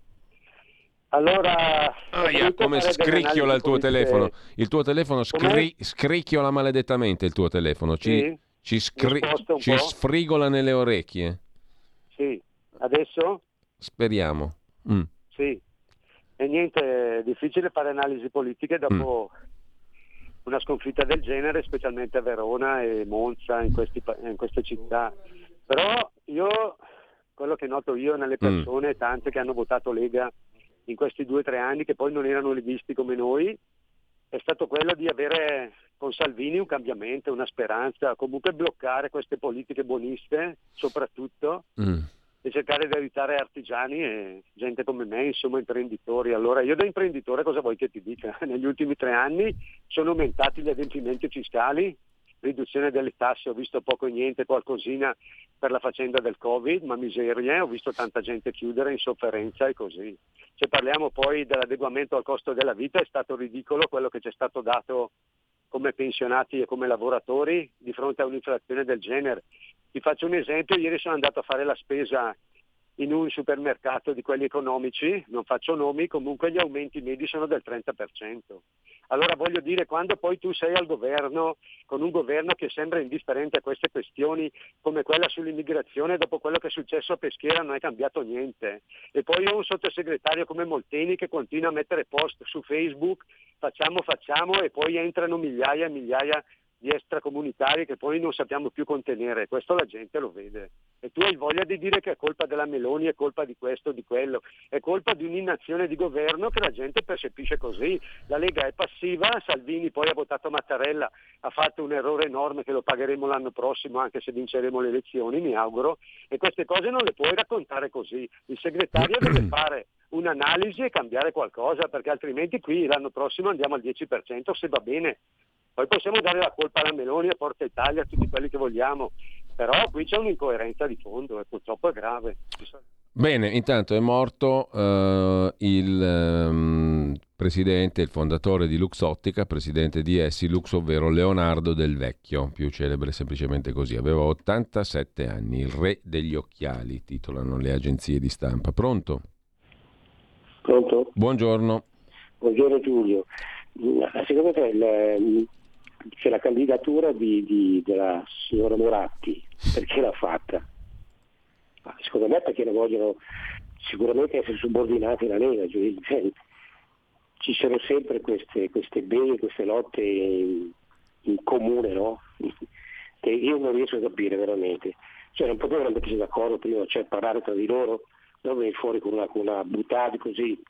Allora, come scricchiola il tuo telefono. Il tuo telefono scricchiola maledettamente il tuo telefono. Ci sfrigola nelle orecchie. Sì, adesso? Speriamo. Sì, e niente, è difficile fare analisi politiche dopo una sconfitta del genere, specialmente a Verona e Monza, in queste città. Però quello che noto io nelle persone, tante che hanno votato Lega in questi 2 o 3 anni, che poi non erano leghisti come noi, è stato quello di avere con Salvini un cambiamento, una speranza, comunque bloccare queste politiche buoniste, soprattutto, e cercare di aiutare artigiani e gente come me, insomma imprenditori. Allora io da imprenditore cosa vuoi che ti dica? Negli ultimi 3 anni sono aumentati gli adempimenti fiscali, riduzione delle tasse, ho visto poco e niente, qualcosina per la faccenda del Covid, ma miserie, ho visto tanta gente chiudere in sofferenza e così. Se parliamo poi dell'adeguamento al costo della vita, è stato ridicolo quello che ci è stato dato come pensionati e come lavoratori di fronte a un'inflazione del genere. Ti faccio un esempio, ieri sono andato a fare la spesa in un supermercato di quelli economici, non faccio nomi, comunque gli aumenti medi sono del 30%. Allora voglio dire, quando poi tu sei al governo, con un governo che sembra indifferente a queste questioni, come quella sull'immigrazione, dopo quello che è successo a Peschiera non è cambiato niente. E poi ho un sottosegretario come Molteni che continua a mettere post su Facebook, facciamo, e poi entrano migliaia e migliaia di extracomunitari che poi non sappiamo più contenere. Questo la gente lo vede. E tu hai voglia di dire che è colpa della Meloni, è colpa di questo, di quello, è colpa di un'inazione di governo che la gente percepisce così. La Lega è passiva, Salvini poi ha votato Mattarella, ha fatto un errore enorme che lo pagheremo l'anno prossimo anche se vinceremo le elezioni, mi auguro, e queste cose non le puoi raccontare così. Il segretario deve fare un'analisi e cambiare qualcosa, perché altrimenti qui l'anno prossimo andiamo al 10% se va bene. Poi possiamo dare la colpa alla Meloni, a Forza Italia, a tutti quelli che vogliamo, però qui c'è un'incoerenza di fondo e purtroppo è grave. Bene, intanto è morto il presidente, il fondatore di Luxottica, presidente di Essilux, ovvero Leonardo Del Vecchio, più celebre semplicemente così. Aveva 87 anni, il re degli occhiali, titolano le agenzie di stampa. Pronto? Pronto? Buongiorno. Buongiorno Giulio. Secondo te c'è la candidatura della signora Moratti, perché l'ha fatta? Secondo me perché la vogliono sicuramente essere subordinati alla Lega. Ci sono sempre queste bene, queste lotte in comune, no? Che io non riesco a capire veramente. Cioè non potevano mettersi d'accordo prima, cioè parlare tra di loro, non venire fuori con una buttata così.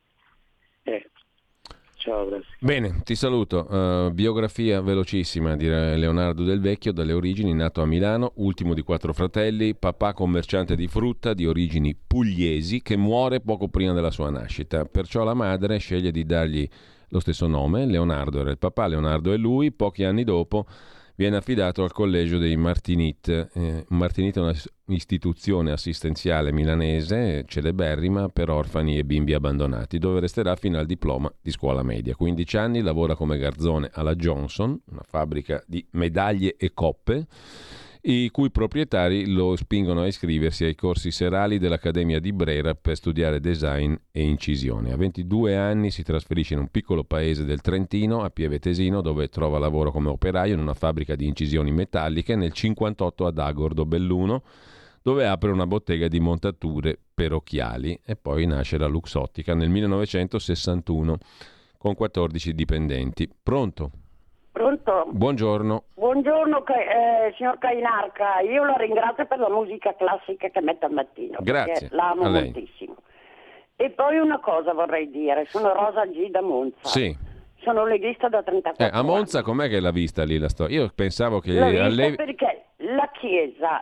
Ciao, grazie. Bene, ti saluto. Biografia velocissima di Leonardo Del Vecchio, dalle origini, nato a Milano, ultimo di 4 fratelli, papà commerciante di frutta di origini pugliesi che muore poco prima della sua nascita. Perciò la madre sceglie di dargli lo stesso nome, Leonardo era il papà, Leonardo è lui. Pochi anni dopo viene affidato al collegio dei Martinit. Martinit è un'istituzione assistenziale milanese celeberrima per orfani e bimbi abbandonati, dove resterà fino al diploma di scuola media. 15 anni lavora come garzone alla Johnson, una fabbrica di medaglie e coppe, i cui proprietari lo spingono a iscriversi ai corsi serali dell'Accademia di Brera per studiare design e incisione. A 22 anni si trasferisce in un piccolo paese del Trentino, a Pieve Tesino, dove trova lavoro come operaio in una fabbrica di incisioni metalliche, nel 58 ad Agordo Belluno, dove apre una bottega di montature per occhiali, e poi nasce la Luxottica nel 1961 con 14 dipendenti. Pronto? Pronto? Buongiorno. Buongiorno signor Cainarca, io la ringrazio per la musica classica che mette al mattino. Grazie. L'amo a lei. moltissimo. E poi una cosa vorrei dire, sono Rosa G da Monza. Sì. Sono leghista da 34 A Monza com'è che l'ha vista lì la storia? Io pensavo che... L'ho vista perché la Chiesa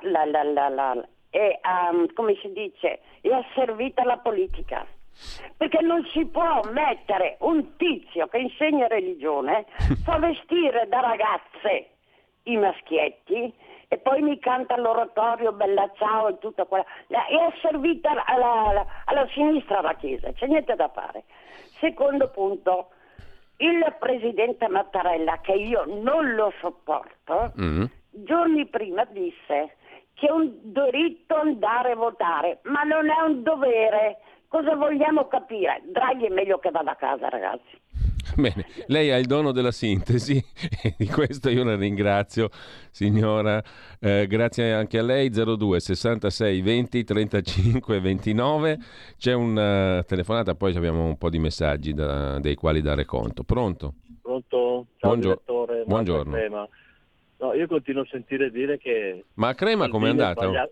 è, come si dice, è asservita alla politica. Perché non si può mettere un tizio che insegna religione, fa vestire da ragazze i maschietti e poi mi canta l'oratorio Bella Ciao e tutta quella. È asservita alla sinistra la Chiesa, c'è niente da fare. Secondo punto, il presidente Mattarella, che io non lo sopporto, giorni prima disse che è un diritto andare a votare, ma non è un dovere. Cosa vogliamo capire? Draghi è meglio che vada a casa, ragazzi. Bene, lei ha il dono della sintesi e di questo io la ringrazio, signora. Grazie anche a lei. 02 66 20 35 29. C'è una telefonata, poi abbiamo un po' di messaggi dei quali dare conto. Pronto? Pronto? Ciao direttore. Buongiorno. Crema. No, io continuo a sentire dire che... Ma a Crema com'è andata?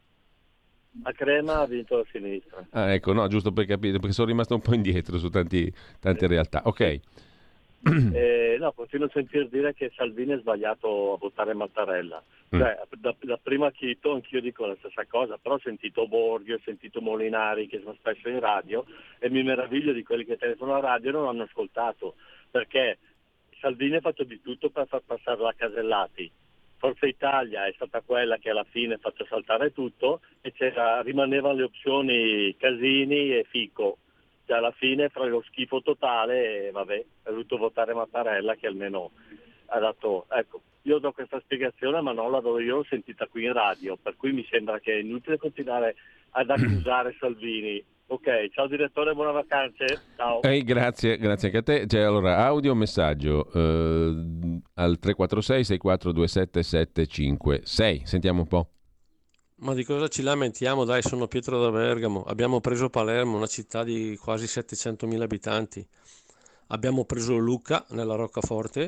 A Crema ha vinto la sinistra. Ah, ecco, no, giusto per capire, perché sono rimasto un po' indietro su tante realtà. Ok. No, continuo a sentire dire che Salvini è sbagliato a votare Mattarella. Cioè, da prima Chito anch'io dico la stessa cosa, però ho sentito Borghi, ho sentito Molinari che sono spesso in radio e mi meraviglio di quelli che telefonano alla radio e non hanno ascoltato, perché Salvini ha fatto di tutto per far passare la Casellati. Forza Italia è stata quella che alla fine ha fatto saltare tutto e rimanevano le opzioni Casini e Fico. Cioè alla fine fra lo schifo totale vabbè, ha voluto votare Mattarella che almeno ha dato... Ecco, io do questa spiegazione ma non la do io, l'ho sentita qui in radio, per cui mi sembra che è inutile continuare ad accusare Salvini. Ok, ciao direttore, buone vacanze, ciao. Grazie anche a te. Allora, audio messaggio al 346 6427 756. Sentiamo un po'. Ma di cosa ci lamentiamo? Dai, sono Pietro da Bergamo. Abbiamo preso Palermo, una città di quasi 700.000 abitanti. Abbiamo preso Lucca nella Roccaforte.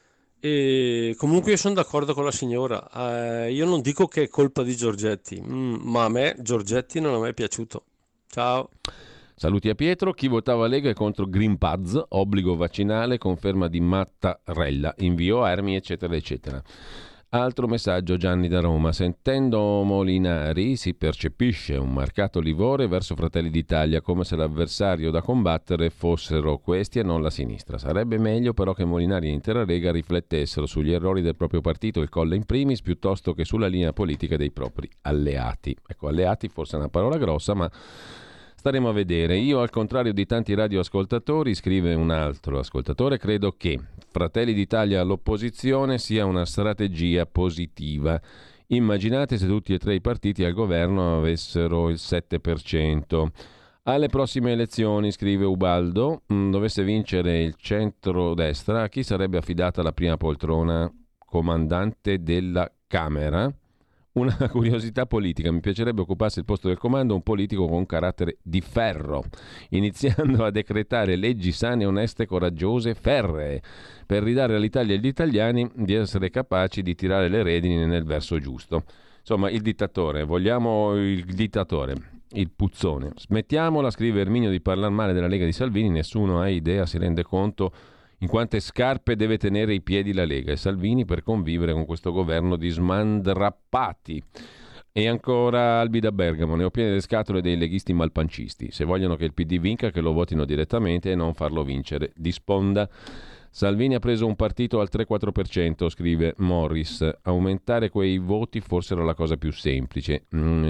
E comunque io sono d'accordo con la signora. Io non dico che è colpa di Giorgetti, ma a me Giorgetti non è mai piaciuto. Ciao. Saluti a Pietro. Chi votava Lega è contro Green Pass, obbligo vaccinale, conferma di Mattarella, invio armi, eccetera, eccetera. Altro messaggio, Gianni da Roma. Sentendo Molinari si percepisce un marcato livore verso Fratelli d'Italia, come se l'avversario da combattere fossero questi e non la sinistra. Sarebbe meglio però che Molinari e l'intera Lega riflettessero sugli errori del proprio partito, il Colle in primis, piuttosto che sulla linea politica dei propri alleati. Ecco, alleati forse è una parola grossa, ma staremo a vedere. Io, al contrario di tanti radioascoltatori, scrive un altro ascoltatore, credo che Fratelli d'Italia all'opposizione sia una strategia positiva. Immaginate se tutti e tre i partiti al governo avessero il 7%. Alle prossime elezioni, scrive Ubaldo, dovesse vincere il centro-destra, a chi sarebbe affidata la prima poltrona? Comandante della Camera? Una curiosità politica, mi piacerebbe occupasse il posto del comando un politico con carattere di ferro, iniziando a decretare leggi sane, oneste, coraggiose, ferree, per ridare all'Italia e agli italiani di essere capaci di tirare le redini nel verso giusto. Insomma, il dittatore, vogliamo il dittatore, il puzzone. Smettiamola, scrive Erminio, di parlare male della Lega di Salvini, nessuno ha idea, si rende conto in quante scarpe deve tenere i piedi la Lega e Salvini per convivere con questo governo di smandrappati. E ancora Albi da Bergamo, ne ho piene le scatole dei leghisti malpancisti. Se vogliono che il PD vinca, che lo votino direttamente e non farlo vincere di sponda. Salvini ha preso un partito al 3-4%, scrive Morris. Aumentare quei voti forse era la cosa più semplice.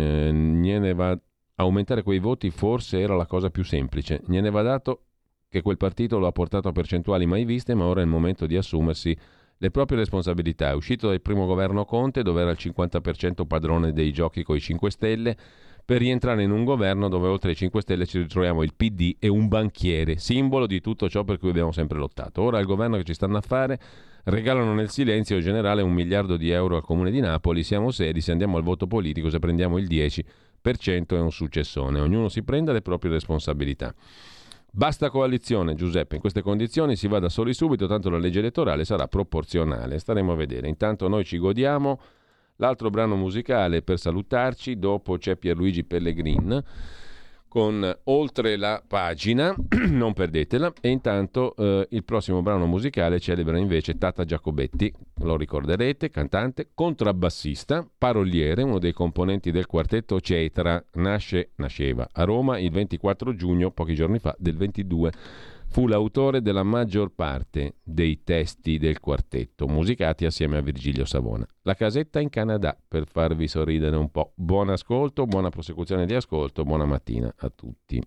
Aumentare quei voti forse era la cosa più semplice. Gliene va dato che quel partito lo ha portato a percentuali mai viste, ma ora è il momento di assumersi le proprie responsabilità. È uscito dal primo governo Conte, dove era il 50% padrone dei giochi coi 5 Stelle, per rientrare in un governo dove oltre ai 5 Stelle ci ritroviamo il PD e un banchiere, simbolo di tutto ciò per cui abbiamo sempre lottato. Ora il governo che ci stanno a fare regalano nel silenzio generale 1 miliardo di euro al Comune di Napoli. Siamo seri, se andiamo al voto politico, se prendiamo il 10% è un successone. Ognuno si prenda le proprie responsabilità. Basta coalizione, Giuseppe, in queste condizioni si va da soli subito, tanto la legge elettorale sarà proporzionale. Staremo a vedere. Intanto noi ci godiamo l'altro brano musicale per salutarci. Dopo c'è Pierluigi Pellegrin con Oltre la pagina, non perdetela. E intanto il prossimo brano musicale celebra invece Tata Giacobetti, lo ricorderete, cantante, contrabbassista, paroliere, uno dei componenti del quartetto Cetra. Nasceva a Roma il 24 giugno, pochi giorni fa, del 22. Fu l'autore della maggior parte dei testi del quartetto, musicati assieme a Virgilio Savona. La casetta in Canada, per farvi sorridere un po'. Buon ascolto, buona prosecuzione di ascolto, buona mattina a tutti.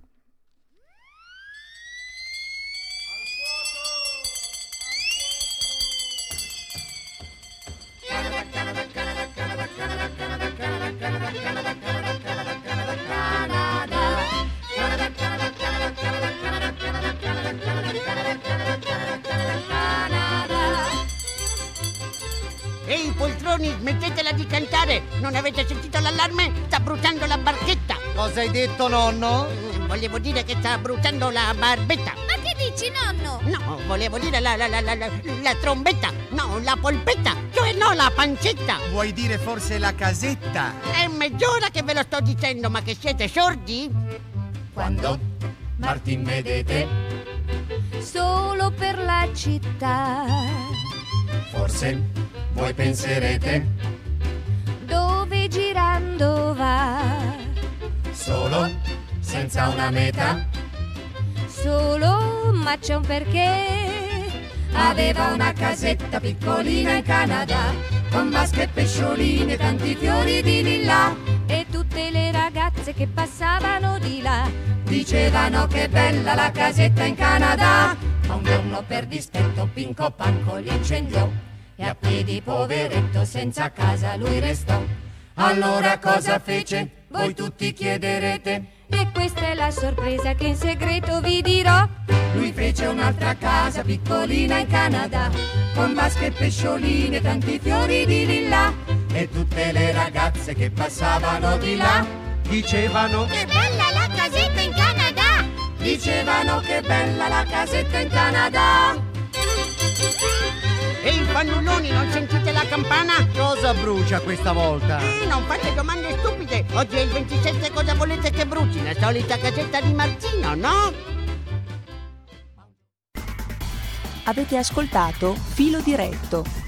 Ehi poltroni, smettetela di cantare! Non avete sentito l'allarme? Sta bruciando la barchetta! Cosa hai detto, nonno? Volevo dire che sta bruciando la barbetta! Ma che dici, nonno? No, volevo dire la trombetta! No, la polpetta! Cioè no, la pancetta! Vuoi dire forse la casetta? È mezz'ora che ve lo sto dicendo, ma che siete sordi? Quando Martin vedete Solo per la città, forse voi penserete dove girando va, solo senza una meta, solo ma c'è un perché. aveva una casetta piccolina in Canada con vasche e pescioline e tanti fiori di lilla, E tutte le ragazze che passavano di là dicevano che bella la casetta in Canada. Ma un giorno per dispetto Pinco Panco l'incendiò e a piedi poveretto senza casa lui restò. Allora cosa fece? Voi tutti chiederete. E questa è la sorpresa che in segreto vi dirò. Lui fece un'altra casa piccolina in Canada con vasche e pescioline e tanti fiori di lilla, e tutte le ragazze che passavano di là dicevano che bella la casetta in Canada. Dicevano che bella la casetta in Canada. Ehi fannulloni, non sentite la campana? Cosa brucia questa volta? Non fate domande stupide. Oggi è il 27, cosa volete che bruci? La solita casetta di Marzino, no? Avete ascoltato Filo Diretto,